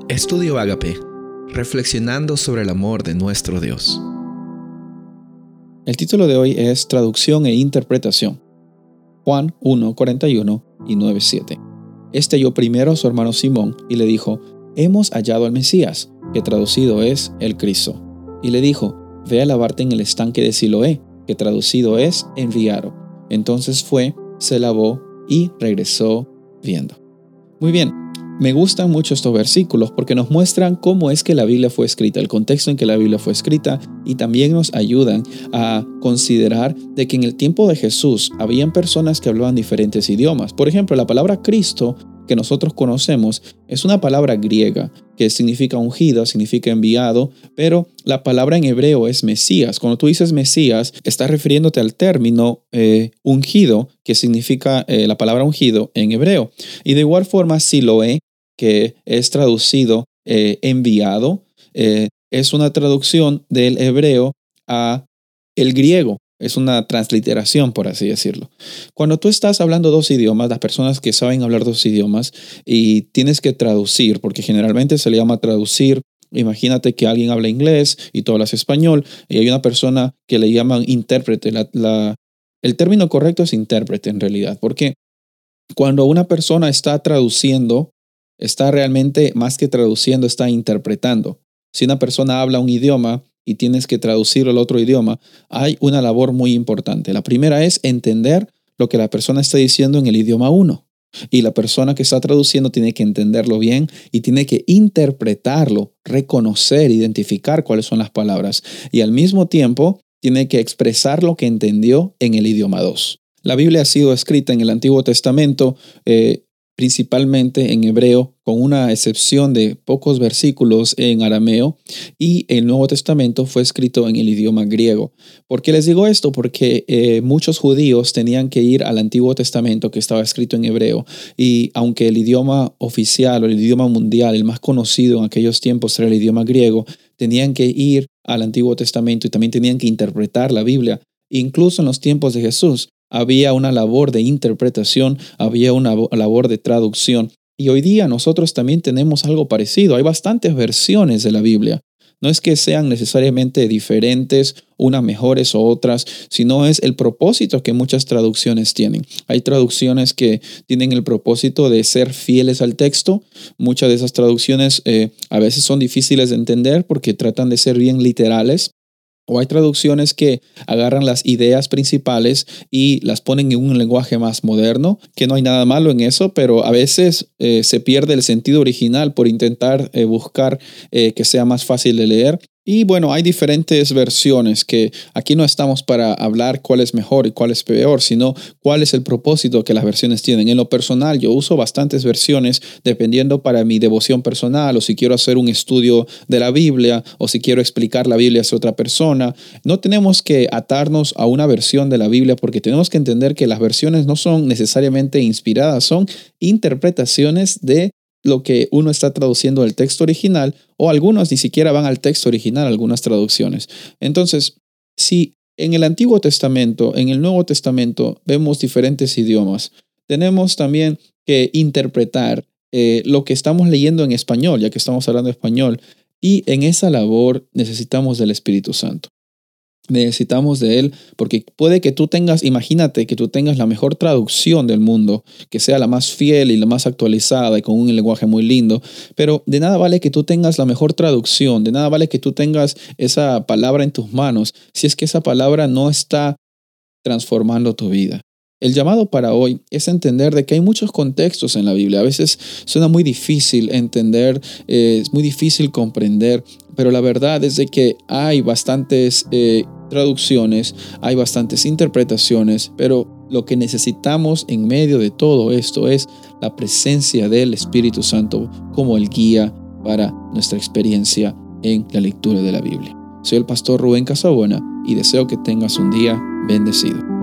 Estudio Ágape, reflexionando sobre el amor de nuestro Dios. El título de hoy es Traducción e Interpretación. Juan 1:41 y 9:7. Este halló primero a su hermano Simón y le dijo: Hemos hallado al Mesías, que traducido es el Cristo. Y le dijo: Ve a lavarte en el estanque de Siloé, que traducido es enviado. Entonces fue, se lavó y regresó viendo. Muy bien. Me gustan mucho estos versículos porque nos muestran cómo es que la Biblia fue escrita, el contexto en que la Biblia fue escrita, y también nos ayudan a considerar de que en el tiempo de Jesús habían personas que hablaban diferentes idiomas. Por ejemplo, la palabra Cristo que nosotros conocemos es una palabra griega que significa ungido, significa enviado, pero la palabra en hebreo es Mesías. Cuando tú dices Mesías, estás refiriéndote al término ungido, que significa la palabra ungido en hebreo. Y de igual forma, Siloé, que es traducido enviado, es una traducción del hebreo a el griego. Es una transliteración, por así decirlo. Cuando tú estás hablando dos idiomas, las personas que saben hablar dos idiomas y tienes que traducir, porque generalmente se le llama traducir. Imagínate que alguien habla inglés y tú hablas español y hay una persona que le llaman intérprete. El término correcto es intérprete en realidad, porque cuando una persona está traduciendo, está realmente más que traduciendo, está interpretando. Si una persona habla un idioma y tienes que traducirlo al otro idioma, hay una labor muy importante. La primera es entender lo que la persona está diciendo en el idioma 1. Y la persona que está traduciendo tiene que entenderlo bien y tiene que interpretarlo, reconocer, identificar cuáles son las palabras. Y al mismo tiempo tiene que expresar lo que entendió en el idioma 2. La Biblia ha sido escrita en el Antiguo Testamento principalmente en hebreo, con una excepción de pocos versículos en arameo, y el Nuevo Testamento fue escrito en el idioma griego. ¿Por qué les digo esto? Porque muchos judíos tenían que ir al Antiguo Testamento que estaba escrito en hebreo, y aunque el idioma oficial o el idioma mundial, el más conocido en aquellos tiempos era el idioma griego, tenían que ir al Antiguo Testamento y también tenían que interpretar la Biblia. Incluso en los tiempos de Jesús, había una labor de interpretación, había una labor de traducción. Y hoy día nosotros también tenemos algo parecido. Hay bastantes versiones de la Biblia. No es que sean necesariamente diferentes, unas mejores o otras, sino es el propósito que muchas traducciones tienen. Hay traducciones que tienen el propósito de ser fieles al texto. Muchas de esas traducciones a veces son difíciles de entender porque tratan de ser bien literales. O hay traducciones que agarran las ideas principales y las ponen en un lenguaje más moderno, que no hay nada malo en eso, pero a veces se pierde el sentido original por intentar buscar que sea más fácil de leer. Y bueno, hay diferentes versiones que aquí no estamos para hablar cuál es mejor y cuál es peor, sino cuál es el propósito que las versiones tienen. En lo personal, yo uso bastantes versiones dependiendo para mi devoción personal, o si quiero hacer un estudio de la Biblia, o si quiero explicar la Biblia a otra persona. No tenemos que atarnos a una versión de la Biblia porque tenemos que entender que las versiones no son necesariamente inspiradas, son interpretaciones de lo que uno está traduciendo del texto original, o algunos ni siquiera van al texto original, algunas traducciones. Entonces, si en el Antiguo Testamento, en el Nuevo Testamento vemos diferentes idiomas, tenemos también que interpretar lo que estamos leyendo en español, ya que estamos hablando español, y en esa labor necesitamos del Espíritu Santo. Necesitamos de Él porque puede que tú tengas, imagínate que tú tengas la mejor traducción del mundo, que sea la más fiel y la más actualizada y con un lenguaje muy lindo, pero de nada vale que tú tengas la mejor traducción, de nada vale que tú tengas esa palabra en tus manos si es que esa palabra no está transformando tu vida. El llamado para hoy es entender de que hay muchos contextos en la Biblia. A veces suena muy difícil entender, es muy difícil comprender, pero la verdad es de que hay bastantes traducciones, hay bastantes interpretaciones, pero lo que necesitamos en medio de todo esto es la presencia del Espíritu Santo como el guía para nuestra experiencia en la lectura de la Biblia. Soy el pastor Rubén Casabona y deseo que tengas un día bendecido.